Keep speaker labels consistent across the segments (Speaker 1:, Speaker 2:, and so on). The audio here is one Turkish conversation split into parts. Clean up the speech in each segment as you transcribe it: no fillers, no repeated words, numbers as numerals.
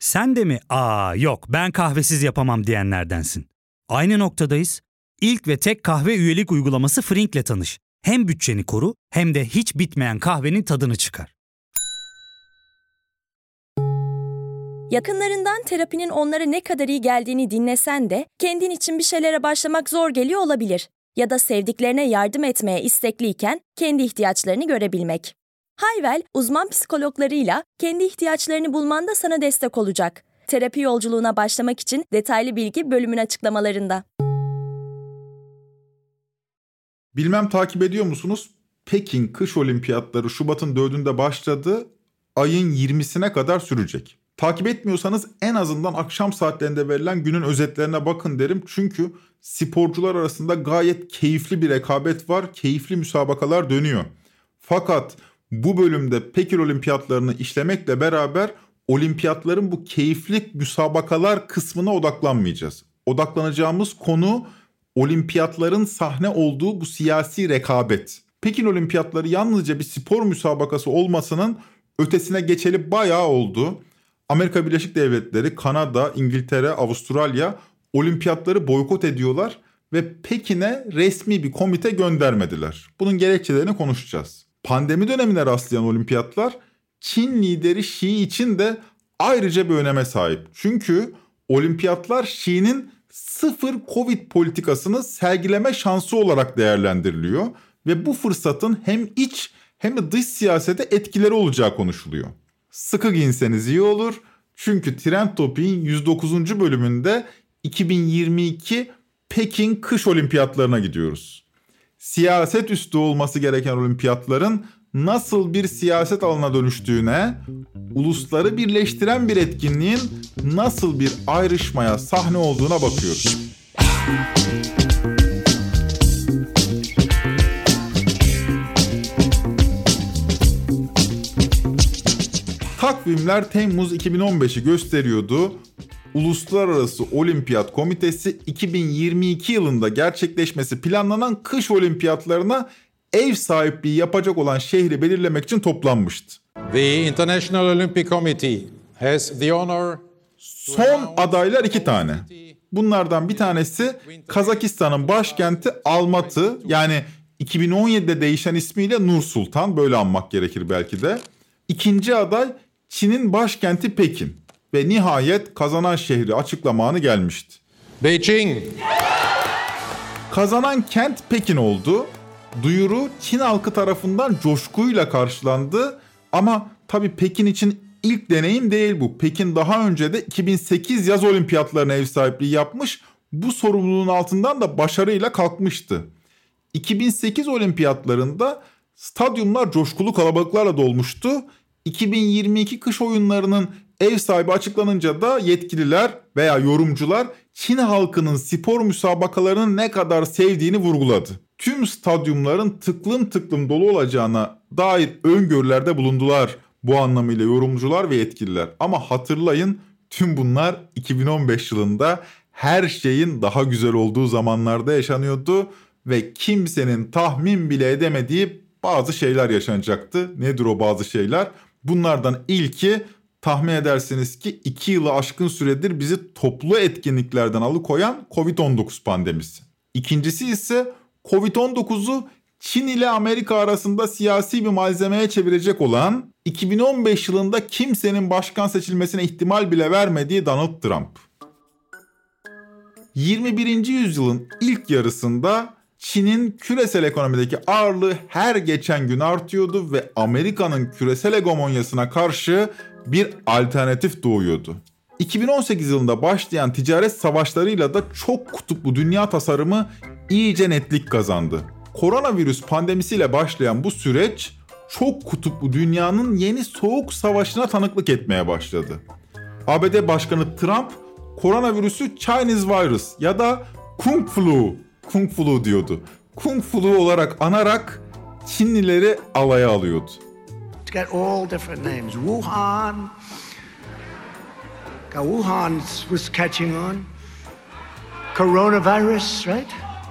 Speaker 1: Sen de mi yok ben kahvesiz yapamam diyenlerdensin? Aynı noktadayız. İlk ve tek kahve üyelik uygulaması Frink'le tanış. Hem bütçeni koru hem de hiç bitmeyen kahvenin tadını çıkar.
Speaker 2: Yakınlarından terapinin onlara ne kadar iyi geldiğini dinlesen de kendin için bir şeylere başlamak zor geliyor olabilir. Ya da sevdiklerine yardım etmeye istekliyken kendi ihtiyaçlarını görebilmek. Hayvel, uzman psikologlarıyla kendi ihtiyaçlarını bulmanda sana destek olacak. Terapi yolculuğuna başlamak için detaylı bilgi bölümün açıklamalarında.
Speaker 3: Bilmem takip ediyor musunuz? Pekin Kış Olimpiyatları Şubat'ın 4'ünde başladı, ayın 20'sine kadar sürecek. Takip etmiyorsanız en azından akşam saatlerinde verilen günün özetlerine bakın derim. Çünkü sporcular arasında gayet keyifli bir rekabet var, keyifli müsabakalar dönüyor. Fakat bu bölümde Pekin Olimpiyatlarını işlemekle beraber olimpiyatların bu keyifli müsabakalar kısmına odaklanmayacağız. Odaklanacağımız konu olimpiyatların sahne olduğu bu siyasi rekabet. Pekin Olimpiyatları yalnızca bir spor müsabakası olmasının ötesine geçeli bayağı oldu. Amerika Birleşik Devletleri, Kanada, İngiltere, Avustralya olimpiyatları boykot ediyorlar ve Pekin'e resmi bir komite göndermediler. Bunun gerekçelerini konuşacağız. Pandemi dönemine rastlayan olimpiyatlar Çin lideri Xi için de ayrıca bir öneme sahip. Çünkü olimpiyatlar Xi'nin sıfır Covid politikasını sergileme şansı olarak değerlendiriliyor ve bu fırsatın hem iç hem de dış siyasete etkileri olacağı konuşuluyor. Sıkı giyinseniz iyi olur çünkü Trend Topic'in 109. bölümünde 2022 Pekin Kış Olimpiyatlarına gidiyoruz. Siyaset üstü olması gereken olimpiyatların nasıl bir siyaset alanına dönüştüğüne, ulusları birleştiren bir etkinliğin nasıl bir ayrışmaya sahne olduğuna bakıyoruz. Takvimler Temmuz 2015'i gösteriyordu. Uluslararası Olimpiyat Komitesi 2022 yılında gerçekleşmesi planlanan kış olimpiyatlarına ev sahipliği yapacak olan şehri belirlemek için toplanmıştı.
Speaker 4: The International Olympic Committee has the honor.
Speaker 3: Son adaylar 2 tane. Bunlardan bir tanesi Kazakistan'ın başkenti Almatı, yani 2017'de değişen ismiyle Nur Sultan, böyle anmak gerekir belki de. İkinci aday Çin'in başkenti Pekin ve nihayet kazanan şehri açıklama anı gelmişti.
Speaker 4: Beijing.
Speaker 3: Kazanan kent Pekin oldu. Duyuru Çin halkı tarafından coşkuyla karşılandı ama tabii Pekin için ilk deneyim değil bu. Pekin daha önce de 2008 yaz olimpiyatlarına ev sahipliği yapmış, bu sorumluluğun altından da başarıyla kalkmıştı. 2008 olimpiyatlarında stadyumlar coşkulu kalabalıklarla dolmuştu. 2022 kış oyunlarının ev sahibi açıklanınca da yetkililer veya yorumcular Çin halkının spor müsabakalarını ne kadar sevdiğini vurguladı. Tüm stadyumların tıklım tıklım dolu olacağına dair öngörülerde bulundular bu anlamıyla yorumcular ve yetkililer. Ama hatırlayın, tüm bunlar 2015 yılında her şeyin daha güzel olduğu zamanlarda yaşanıyordu ve kimsenin tahmin bile edemediği bazı şeyler yaşanacaktı. Nedir o bazı şeyler? Bunlardan ilki, tahmin edersiniz ki 2 yılı aşkın süredir bizi toplu etkinliklerden alıkoyan Covid-19 pandemisi. İkincisi ise Covid-19'u Çin ile Amerika arasında siyasi bir malzemeye çevirecek olan, 2015 yılında kimsenin başkan seçilmesine ihtimal bile vermediği Donald Trump. 21. yüzyılın ilk yarısında Çin'in küresel ekonomideki ağırlığı her geçen gün artıyordu ve Amerika'nın küresel hegemonyasına karşı bir alternatif doğuyordu. 2018 yılında başlayan ticaret savaşlarıyla da çok kutuplu dünya tasarımı iyice netlik kazandı. Koronavirüs pandemisiyle başlayan bu süreç çok kutuplu dünyanın yeni soğuk savaşına tanıklık etmeye başladı. ABD Başkanı Trump koronavirüsü Chinese virus ya da Kung Flu diyordu. Kung Flu olarak anarak Çinlileri alaya alıyordu.
Speaker 5: It's got all different names. Wuhan was catching on. Coronavirus, right?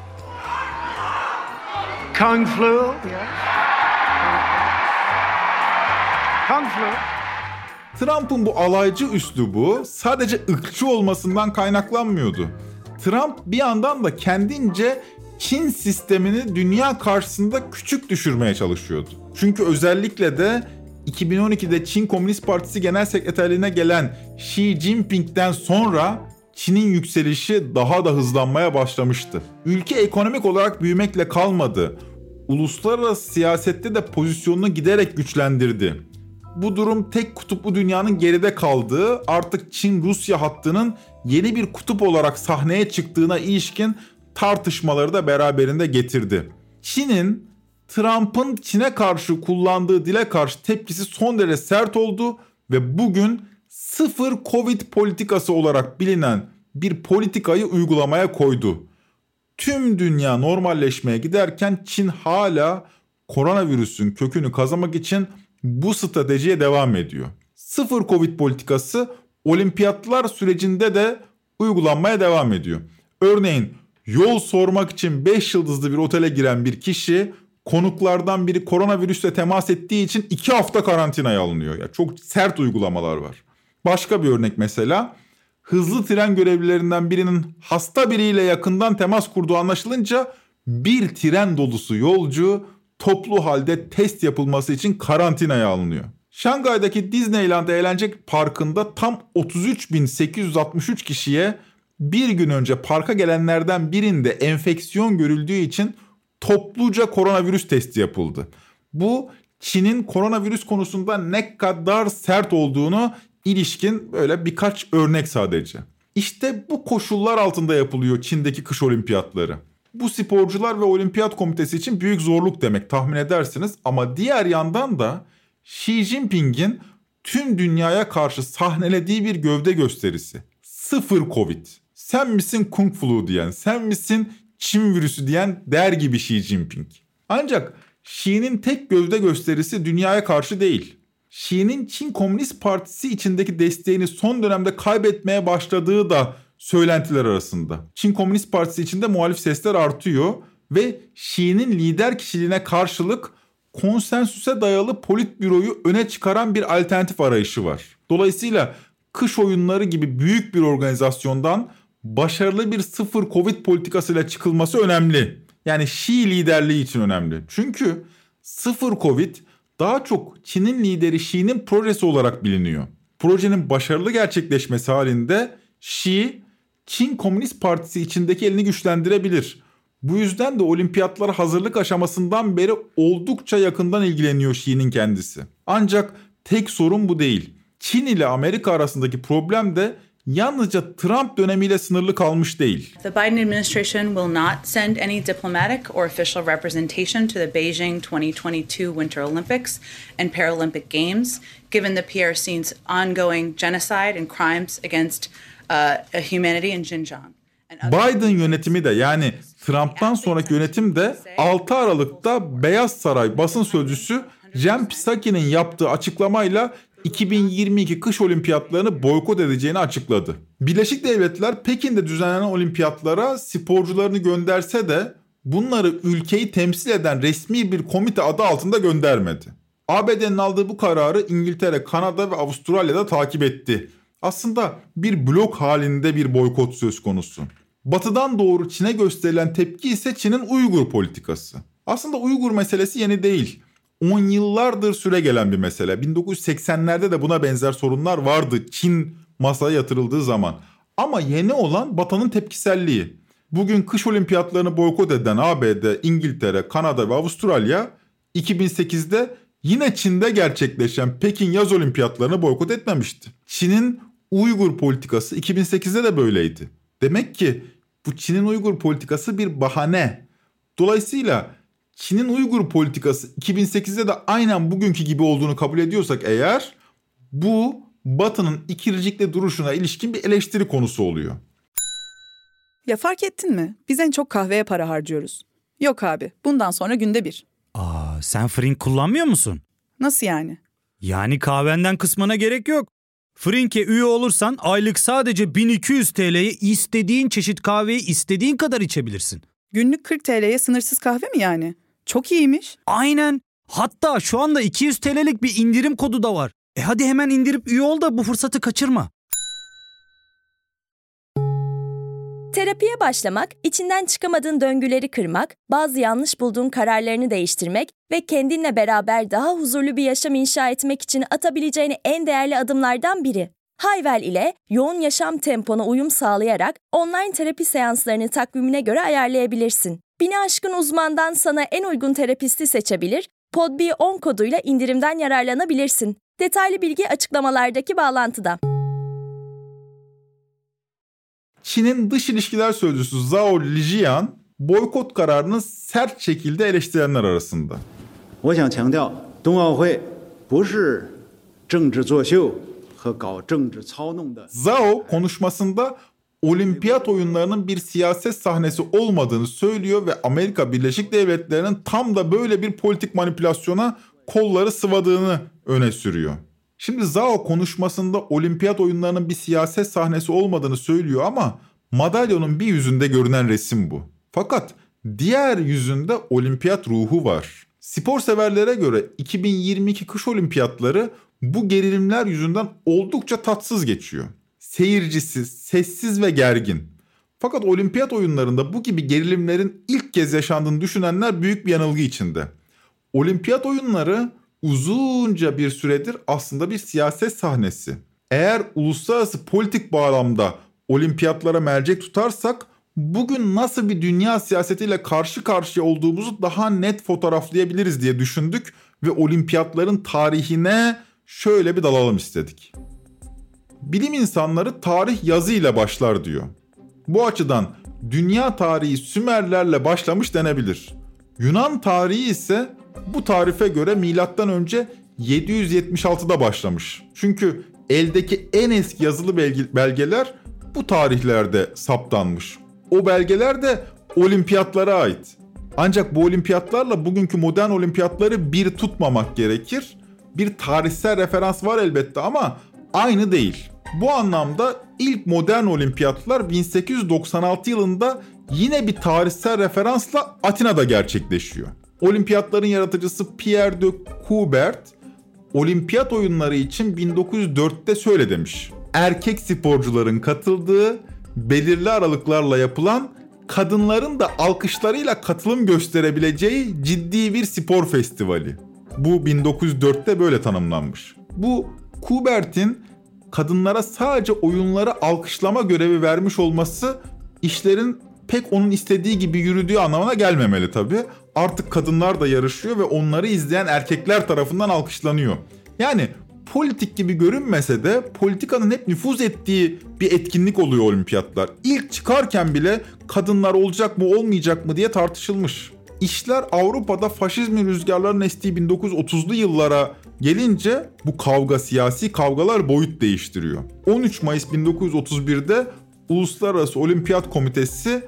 Speaker 5: Kung Flu, yeah. Kung Flu.
Speaker 3: Trump'ın bu alaycı üslubu sadece ırkçı olmasından kaynaklanmıyordu. Trump bir yandan da kendince Çin sistemini dünya karşısında küçük düşürmeye çalışıyordu. Çünkü özellikle de 2012'de Çin Komünist Partisi Genel Sekreterliğine gelen Xi Jinping'den sonra Çin'in yükselişi daha da hızlanmaya başlamıştı. Ülke ekonomik olarak büyümekle kalmadı. Uluslararası siyasette de pozisyonunu giderek güçlendirdi. Bu durum tek kutuplu dünyanın geride kaldığı, artık Çin-Rusya hattının yeni bir kutup olarak sahneye çıktığına ilişkin tartışmaları da beraberinde getirdi. Çin'in Trump'ın Çin'e karşı kullandığı dile karşı tepkisi son derece sert oldu ve bugün sıfır Covid politikası olarak bilinen bir politikayı uygulamaya koydu. Tüm dünya normalleşmeye giderken Çin hala koronavirüsün kökünü kazımak için bu stratejiye devam ediyor. Sıfır Covid politikası olimpiyatlar sürecinde de uygulanmaya devam ediyor. Örneğin yol sormak için 5 yıldızlı bir otele giren bir kişi konuklardan biri koronavirüsle temas ettiği için 2 hafta karantinaya alınıyor. Ya çok sert uygulamalar var. Başka bir örnek mesela hızlı tren görevlilerinden birinin hasta biriyle yakından temas kurduğu anlaşılınca bir tren dolusu yolcu toplu halde test yapılması için karantinaya alınıyor. Şangay'daki Disneyland Eğlence Parkı'nda tam 33.863 kişiye bir gün önce parka gelenlerden birinde enfeksiyon görüldüğü için topluca koronavirüs testi yapıldı. Bu Çin'in koronavirüs konusunda ne kadar sert olduğunu ilişkin böyle birkaç örnek sadece. İşte bu koşullar altında yapılıyor Çin'deki kış olimpiyatları. Bu sporcular ve olimpiyat komitesi için büyük zorluk demek tahmin edersiniz ama diğer yandan da Xi Jinping'in tüm dünyaya karşı sahnelediği bir gövde gösterisi. Sıfır Covid. Sen misin Kung Flu diyen, sen misin Çin virüsü diyen der gibi Xi Jinping. Ancak Xi'nin tek gövde gösterisi dünyaya karşı değil. Xi'nin Çin Komünist Partisi içindeki desteğini son dönemde kaybetmeye başladığı da söylentiler arasında. Çin Komünist Partisi içinde muhalif sesler artıyor ve Xi'nin lider kişiliğine karşılık konsensüse dayalı politbüroyu öne çıkaran bir alternatif arayışı var. Dolayısıyla kış oyunları gibi büyük bir organizasyondan başarılı bir sıfır Covid politikasıyla çıkılması önemli. Yani Xi liderliği için önemli. Çünkü sıfır Covid daha çok Çin'in lideri Xi'nin projesi olarak biliniyor. Projenin başarılı gerçekleşmesi halinde Xi, Çin Komünist Partisi içindeki elini güçlendirebilir. Bu yüzden de olimpiyatlara hazırlık aşamasından beri oldukça yakından ilgileniyor Xi'nin kendisi. Ancak tek sorun bu değil. Çin ile Amerika arasındaki problem de yalnızca Trump dönemiyle sınırlı kalmış değil.
Speaker 6: The Biden administration will not send any diplomatic or official representation to the Beijing 2022 Winter Olympics and Paralympic Games, given the PRC's ongoing genocide and crimes against humanity in Xinjiang.
Speaker 3: Biden yönetimi de yani Trump'tan sonraki yönetim de 6 Aralık'ta Beyaz Saray basın sözcüsü Jen Psaki'nin yaptığı açıklamayla 2022 kış olimpiyatlarını boykot edeceğini açıkladı. Birleşik Devletler Pekin'de düzenlenen olimpiyatlara sporcularını gönderse de bunları ülkeyi temsil eden resmi bir komite adı altında göndermedi. ABD'nin aldığı bu kararı İngiltere, Kanada ve Avustralya'da takip etti. Aslında bir blok halinde bir boykot söz konusu. Batıdan doğru Çin'e gösterilen tepki ise Çin'in Uygur politikası. Aslında Uygur meselesi yeni değil. 10 yıllardır süre gelen bir mesele. 1980'lerde de buna benzer sorunlar vardı Çin masaya yatırıldığı zaman. Ama yeni olan Batı'nın tepkiselliği. Bugün kış olimpiyatlarını boykot eden ABD, İngiltere, Kanada ve Avustralya 2008'de yine Çin'de gerçekleşen Pekin yaz olimpiyatlarını boykot etmemişti. Çin'in Uygur politikası 2008'de de böyleydi. Demek ki bu Çin'in Uygur politikası bir bahane. Dolayısıyla Çin'in Uygur politikası 2008'de de aynen bugünkü gibi olduğunu kabul ediyorsak eğer, bu Batı'nın ikircikli duruşuna ilişkin bir eleştiri konusu oluyor.
Speaker 7: Ya fark ettin mi? Biz en çok kahveye para harcıyoruz. Yok abi, bundan sonra günde bir.
Speaker 1: Sen Frink kullanmıyor musun?
Speaker 7: Nasıl yani?
Speaker 1: Yani kahvenden kısmına gerek yok. Frink'e üye olursan aylık sadece 1200 TL'ye istediğin çeşit kahveyi istediğin kadar içebilirsin.
Speaker 7: Günlük 40 TL'ye sınırsız kahve mi yani? Çok iyiymiş.
Speaker 1: Aynen. Hatta şu anda 200 TL'lik bir indirim kodu da var. Hadi hemen indirip üye ol da bu fırsatı kaçırma.
Speaker 2: Terapiye başlamak, içinden çıkamadığın döngüleri kırmak, bazı yanlış bulduğun kararlarını değiştirmek ve kendinle beraber daha huzurlu bir yaşam inşa etmek için atabileceğin en değerli adımlardan biri. Hayvel ile yoğun yaşam tempona uyum sağlayarak online terapi seanslarını takvimine göre ayarlayabilirsin. 1000'i aşkın uzmandan sana en uygun terapisti seçebilir, PodB10 koduyla indirimden yararlanabilirsin. Detaylı bilgi açıklamalardaki bağlantıda.
Speaker 3: Çin'in dış ilişkiler sözcüsü Zhao Lijian, boykot kararını sert şekilde eleştirenler arasında.
Speaker 8: 我想强调，冬奥会不是政治作秀和搞政治操弄的。
Speaker 3: Zhao konuşmasında olimpiyat oyunlarının bir siyaset sahnesi olmadığını söylüyor ve Amerika Birleşik Devletleri'nin tam da böyle bir politik manipülasyona kolları sıvadığını öne sürüyor. Şimdi Zhao konuşmasında olimpiyat oyunlarının bir siyaset sahnesi olmadığını söylüyor ama madalyonun bir yüzünde görünen resim bu. Fakat diğer yüzünde olimpiyat ruhu var. Spor severlere göre 2022 kış olimpiyatları bu gerilimler yüzünden oldukça tatsız geçiyor. Seyircisiz, sessiz ve gergin. Fakat olimpiyat oyunlarında bu gibi gerilimlerin ilk kez yaşandığını düşünenler büyük bir yanılgı içinde. Olimpiyat oyunları uzunca bir süredir aslında bir siyaset sahnesi. Eğer uluslararası politik bağlamda olimpiyatlara mercek tutarsak bugün nasıl bir dünya siyasetiyle karşı karşıya olduğumuzu daha net fotoğraflayabiliriz diye düşündük ve olimpiyatların tarihine şöyle bir dalalım istedik. Bilim insanları tarih yazı ile başlar diyor. Bu açıdan dünya tarihi Sümerlerle başlamış denebilir. Yunan tarihi ise bu tarife göre M.Ö. 776'da başlamış. Çünkü eldeki en eski yazılı belgeler bu tarihlerde saptanmış. O belgeler de olimpiyatlara ait. Ancak bu olimpiyatlarla bugünkü modern olimpiyatları bir tutmamak gerekir. Bir tarihsel referans var elbette ama aynı değil. Bu anlamda ilk modern olimpiyatlar 1896 yılında yine bir tarihsel referansla Atina'da gerçekleşiyor. Olimpiyatların yaratıcısı Pierre de Coubertin, olimpiyat oyunları için 1904'te şöyle demiş. Erkek sporcuların katıldığı, belirli aralıklarla yapılan, kadınların da alkışlarıyla katılım gösterebileceği ciddi bir spor festivali. Bu 1904'te böyle tanımlanmış. Bu Coubertin kadınlara sadece oyunları alkışlama görevi vermiş olması işlerin pek onun istediği gibi yürüdüğü anlamına gelmemeli tabii. Artık kadınlar da yarışıyor ve onları izleyen erkekler tarafından alkışlanıyor. Yani politik gibi görünmese de politikanın hep nüfuz ettiği bir etkinlik oluyor olimpiyatlar. İlk çıkarken bile kadınlar olacak mı olmayacak mı diye tartışılmış. İşler Avrupa'da faşizmin rüzgarlarının estiği 1930'lu yıllara gelince bu kavga, siyasi kavgalar boyut değiştiriyor. 13 Mayıs 1931'de Uluslararası Olimpiyat Komitesi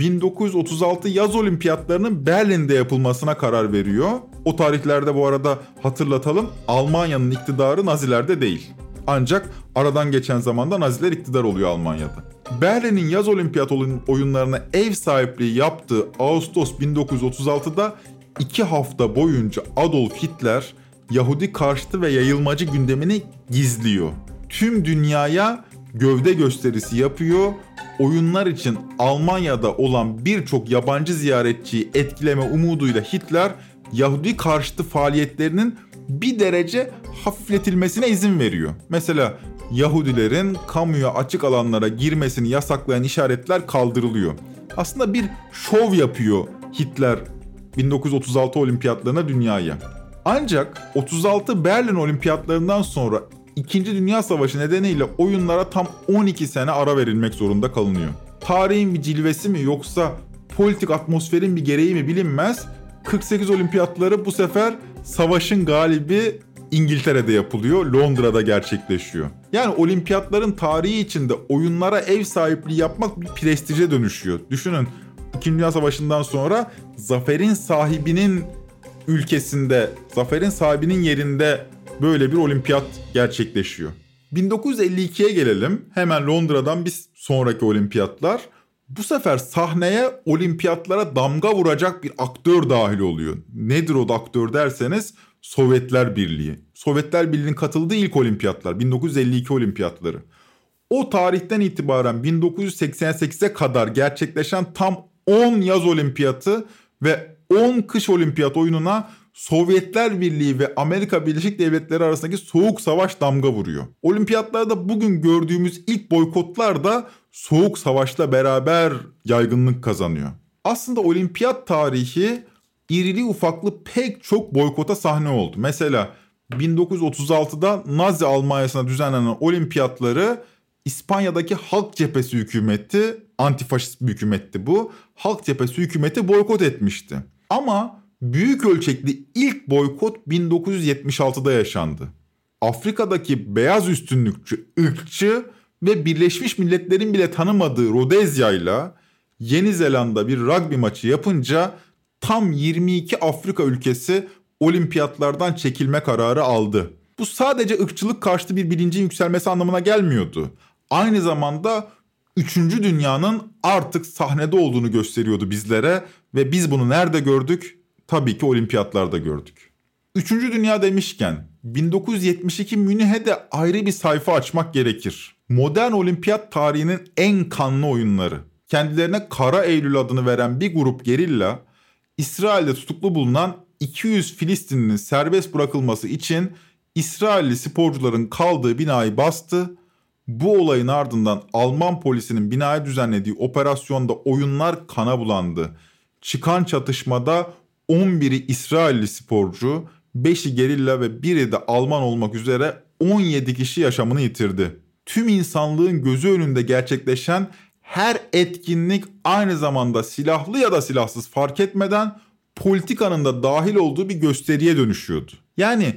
Speaker 3: 1936 yaz olimpiyatlarının Berlin'de yapılmasına karar veriyor. O tarihlerde bu arada hatırlatalım, Almanya'nın iktidarı Nazilerde değil. Ancak aradan geçen zamanda Naziler iktidar oluyor Almanya'da. Berlin'in yaz olimpiyat oyunlarına ev sahipliği yaptığı Ağustos 1936'da 2 hafta boyunca Adolf Hitler Yahudi karşıtı ve yayılmacı gündemini gizliyor. Tüm dünyaya gövde gösterisi yapıyor. Oyunlar için Almanya'da olan birçok yabancı ziyaretçiyi etkileme umuduyla Hitler Yahudi karşıtı faaliyetlerinin bir derece hafifletilmesine izin veriyor. Mesela Yahudilerin kamuya açık alanlara girmesini yasaklayan işaretler kaldırılıyor. Aslında bir şov yapıyor Hitler 1936 olimpiyatlarına dünyaya. Ancak 36 Berlin olimpiyatlarından sonra 2. Dünya Savaşı nedeniyle oyunlara tam 12 sene ara verilmek zorunda kalınıyor. Tarihin bir cilvesi mi yoksa politik atmosferin bir gereği mi bilinmez. 48 olimpiyatları bu sefer savaşın galibi İngiltere'de yapılıyor, Londra'da gerçekleşiyor. Yani olimpiyatların tarihi içinde oyunlara ev sahipliği yapmak bir prestije dönüşüyor. Düşünün, 2. Dünya Savaşı'ndan sonra zaferin sahibinin ülkesinde, zaferin sahibinin yerinde böyle bir olimpiyat gerçekleşiyor. 1952'ye gelelim. Hemen Londra'dan bir sonraki olimpiyatlar. Bu sefer sahneye olimpiyatlara damga vuracak bir aktör dahil oluyor. Nedir o aktör derseniz Sovyetler Birliği. Sovyetler Birliği'nin katıldığı ilk olimpiyatlar 1952 olimpiyatları. O tarihten itibaren 1988'e kadar gerçekleşen tam 10 yaz olimpiyatı ve 10 kış olimpiyat oyununa Sovyetler Birliği ve Amerika Birleşik Devletleri arasındaki soğuk savaş damga vuruyor. Olimpiyatlarda bugün gördüğümüz ilk boykotlar da soğuk savaşla beraber yaygınlık kazanıyor. Aslında olimpiyat tarihi irili ufaklı pek çok boykota sahne oldu. Mesela 1936'da Nazi Almanya'sına düzenlenen olimpiyatları İspanya'daki Halk Cephesi hükümeti, antifaşist bir hükümetti bu, Halk Cephesi hükümeti boykot etmişti. Ama büyük ölçekli ilk boykot 1976'da yaşandı. Afrika'daki beyaz üstünlükçü, ırkçı ve Birleşmiş Milletler'in bile tanımadığı Rodezya'yla Yeni Zelanda bir rugby maçı yapınca tam 22 Afrika ülkesi olimpiyatlardan çekilme kararı aldı. Bu sadece ırkçılık karşıtı bir bilincin yükselmesi anlamına gelmiyordu. Aynı zamanda 3. dünyanın artık sahnede olduğunu gösteriyordu bizlere ve biz bunu nerede gördük? Tabii ki olimpiyatlarda gördük. 3. dünya demişken 1972 Münih'e de ayrı bir sayfa açmak gerekir. Modern olimpiyat tarihinin en kanlı oyunları. Kendilerine Kara Eylül adını veren bir grup gerilla, İsrail'de tutuklu bulunan 200 Filistinlinin serbest bırakılması için İsrailli sporcuların kaldığı binayı bastı. Bu olayın ardından Alman polisinin binaya düzenlediği operasyonda oyunlar kana bulandı. Çıkan çatışmada 11'i İsrailli sporcu, 5'i gerilla ve 1'i de Alman olmak üzere 17 kişi yaşamını yitirdi. Tüm insanlığın gözü önünde gerçekleşen her etkinlik aynı zamanda silahlı ya da silahsız fark etmeden politikanın da dahil olduğu bir gösteriye dönüşüyordu. Yani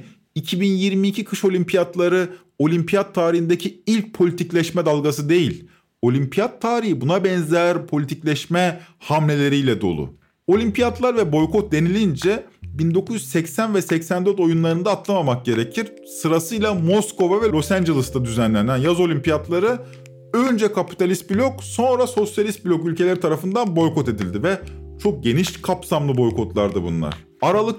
Speaker 3: 2022 kış olimpiyatları olimpiyat tarihindeki ilk politikleşme dalgası değil. Olimpiyat tarihi buna benzer politikleşme hamleleriyle dolu. Olimpiyatlar ve boykot denilince 1980 ve 84 oyunlarında atlamamak gerekir. Sırasıyla Moskova ve Los Angeles'ta düzenlenen yaz olimpiyatları önce kapitalist blok sonra sosyalist blok ülkeleri tarafından boykot edildi ve çok geniş kapsamlı boykotlardı bunlar. Aralık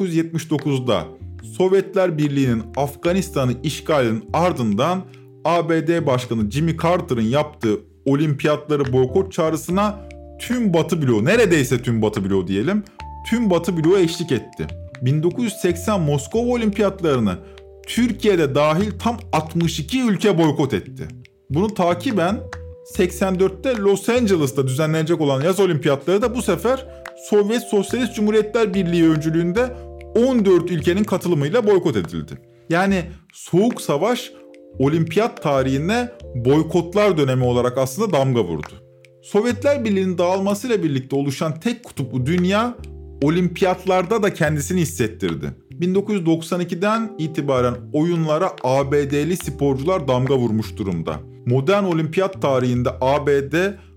Speaker 3: 1979'da Sovyetler Birliği'nin Afganistan'ı işgalinin ardından ABD Başkanı Jimmy Carter'ın yaptığı olimpiyatları boykot çağrısına tüm Batı bloğu, neredeyse tüm Batı bloğu diyelim, tüm Batı bloğu eşlik etti. 1980 Moskova olimpiyatlarını Türkiye'de dahil tam 62 ülke boykot etti. Bunu takiben 84'te Los Angeles'ta düzenlenecek olan yaz olimpiyatları da bu sefer Sovyet Sosyalist Cumhuriyetler Birliği öncülüğünde 14 ülkenin katılımıyla boykot edildi. Yani Soğuk Savaş olimpiyat tarihine boykotlar dönemi olarak aslında damga vurdu. Sovyetler Birliği'nin dağılmasıyla birlikte oluşan tek kutuplu dünya olimpiyatlarda da kendisini hissettirdi. 1992'den itibaren oyunlara ABD'li sporcular damga vurmuş durumda. Modern olimpiyat tarihinde ABD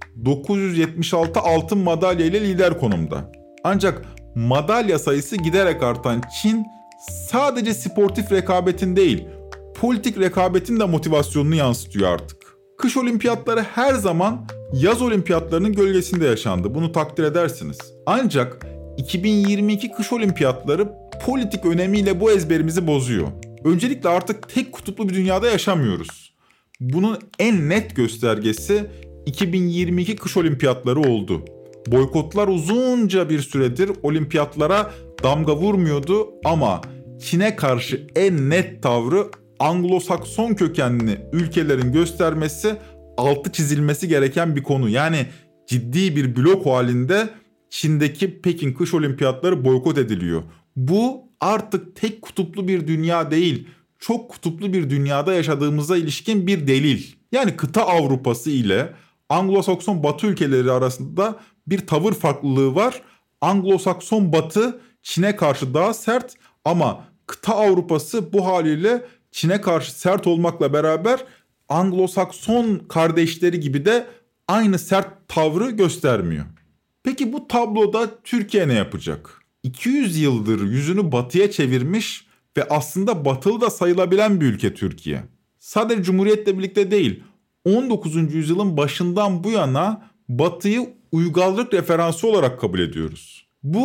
Speaker 3: 976 altın madalya ile lider konumda. Ancak madalya sayısı giderek artan Çin sadece sportif rekabetin değil, politik rekabetin de motivasyonunu yansıtıyor artık. Kış olimpiyatları her zaman yaz olimpiyatlarının gölgesinde yaşandı. Bunu takdir edersiniz. Ancak 2022 kış olimpiyatları politik önemiyle bu ezberimizi bozuyor. Öncelikle artık tek kutuplu bir dünyada yaşamıyoruz. Bunun en net göstergesi 2022 kış olimpiyatları oldu. Boykotlar uzunca bir süredir olimpiyatlara damga vurmuyordu ama Çin'e karşı en net tavrı Anglo-Sakson kökenli ülkelerin göstermesi, altı çizilmesi gereken bir konu. Yani ciddi bir blok halinde Çin'deki Pekin kış olimpiyatları boykot ediliyor. Bu artık tek kutuplu bir dünya değil, çok kutuplu bir dünyada yaşadığımıza ilişkin bir delil. Yani kıta Avrupası ile Anglo-Sakson Batı ülkeleri arasında bir tavır farklılığı var. Anglo-Sakson Batı Çin'e karşı daha sert ama kıta Avrupası bu haliyle Çin'e karşı sert olmakla beraber Anglo-Sakson kardeşleri gibi de aynı sert tavrı göstermiyor. Peki bu tabloda Türkiye ne yapacak? 200 yıldır yüzünü batıya çevirmiş ve aslında batılı da sayılabilen bir ülke Türkiye. Sadece Cumhuriyet'le birlikte değil, 19. yüzyılın başından bu yana batıyı uygarlık referansı olarak kabul ediyoruz. Bu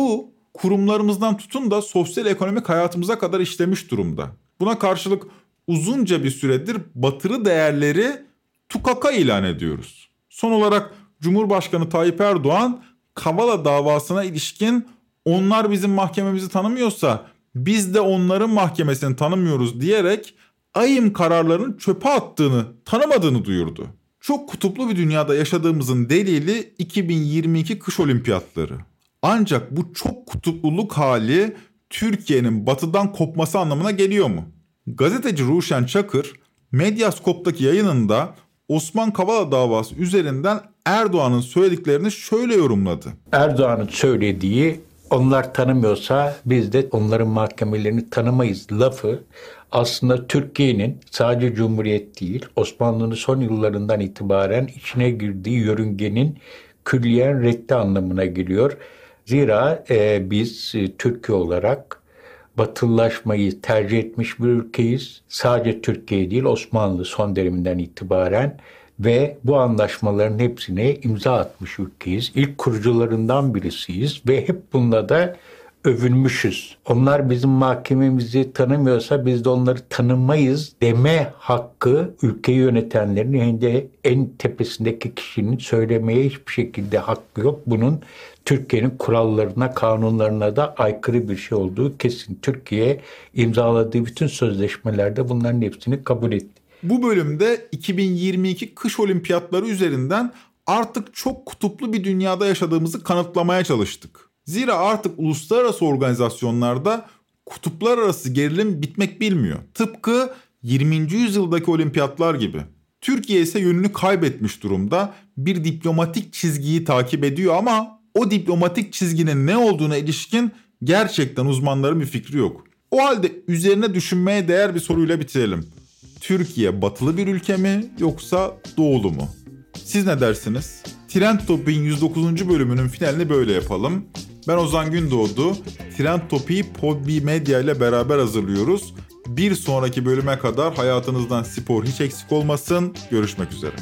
Speaker 3: kurumlarımızdan tutun da sosyal ekonomik hayatımıza kadar işlemiş durumda. Buna karşılık uzunca bir süredir batılı değerleri tukaka ilan ediyoruz. Son olarak Cumhurbaşkanı Tayyip Erdoğan Kavala davasına ilişkin onlar bizim mahkememizi tanımıyorsa biz de onların mahkemesini tanımıyoruz diyerek AYİM kararlarının çöpe attığını, tanımadığını duyurdu. Çok kutuplu bir dünyada yaşadığımızın delili 2022 kış olimpiyatları. Ancak bu çok kutupluluk hali Türkiye'nin batıdan kopması anlamına geliyor mu? Gazeteci Ruşen Çakır, Medyaskop'taki yayınında Osman Kavala davası üzerinden Erdoğan'ın söylediklerini şöyle yorumladı.
Speaker 9: Erdoğan'ın söylediği onlar tanımıyorsa biz de onların mahkemelerini tanımayız lafı aslında Türkiye'nin sadece Cumhuriyet değil Osmanlı'nın son yıllarından itibaren içine girdiği yörüngenin külliyen reddi anlamına geliyor. Zira biz Türkiye olarak batılılaşmayı tercih etmiş bir ülkeyiz. Sadece Türkiye değil Osmanlı son döneminden itibaren ve bu anlaşmaların hepsine imza atmış ülkeyiz. İlk kurucularından birisiyiz ve hep bununla da övünmüşüz. Onlar bizim mahkememizi tanımıyorsa biz de onları tanımayız deme hakkı ülkeyi yönetenlerin hem de en tepesindeki kişinin söylemeye hiçbir şekilde hakkı yok. Bunun Türkiye'nin kurallarına, kanunlarına da aykırı bir şey olduğu kesin. Türkiye imzaladığı bütün sözleşmelerde bunların hepsini kabul etti.
Speaker 3: Bu bölümde 2022 kış olimpiyatları üzerinden artık çok kutuplu bir dünyada yaşadığımızı kanıtlamaya çalıştık. Zira artık uluslararası organizasyonlarda kutuplar arası gerilim bitmek bilmiyor. Tıpkı 20. yüzyıldaki olimpiyatlar gibi. Türkiye ise yönünü kaybetmiş durumda. Bir diplomatik çizgiyi takip ediyor ama o diplomatik çizginin ne olduğuna ilişkin gerçekten uzmanların bir fikri yok. O halde üzerine düşünmeye değer bir soruyla bitirelim. Türkiye batılı bir ülke mi yoksa doğulu mu? Siz ne dersiniz? Trend Topik'in 109. bölümünün finalini böyle yapalım. Ben Ozan Gündoğdu. Trend Topik'i Podbi Medya ile beraber hazırlıyoruz. Bir sonraki bölüme kadar hayatınızdan spor hiç eksik olmasın. Görüşmek üzere.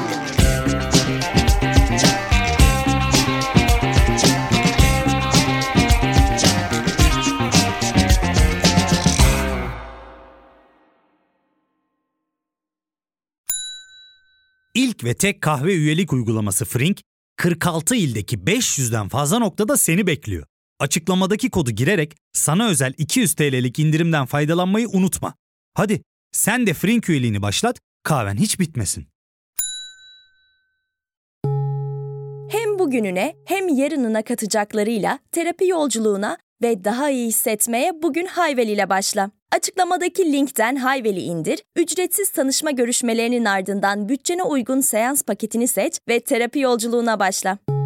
Speaker 1: İlk ve tek kahve üyelik uygulaması Frink, 46 ildeki 500'den fazla noktada seni bekliyor. Açıklamadaki kodu girerek sana özel 200 TL'lik indirimden faydalanmayı unutma. Hadi sen de Frink üyeliğini başlat, kahven hiç bitmesin.
Speaker 2: Hem bugününe hem yarınına katacaklarıyla terapi yolculuğuna ve daha iyi hissetmeye bugün Hayvel ile başla. Açıklamadaki linkten Hayvel'i indir, ücretsiz tanışma görüşmelerinin ardından bütçene uygun seans paketini seç ve terapi yolculuğuna başla.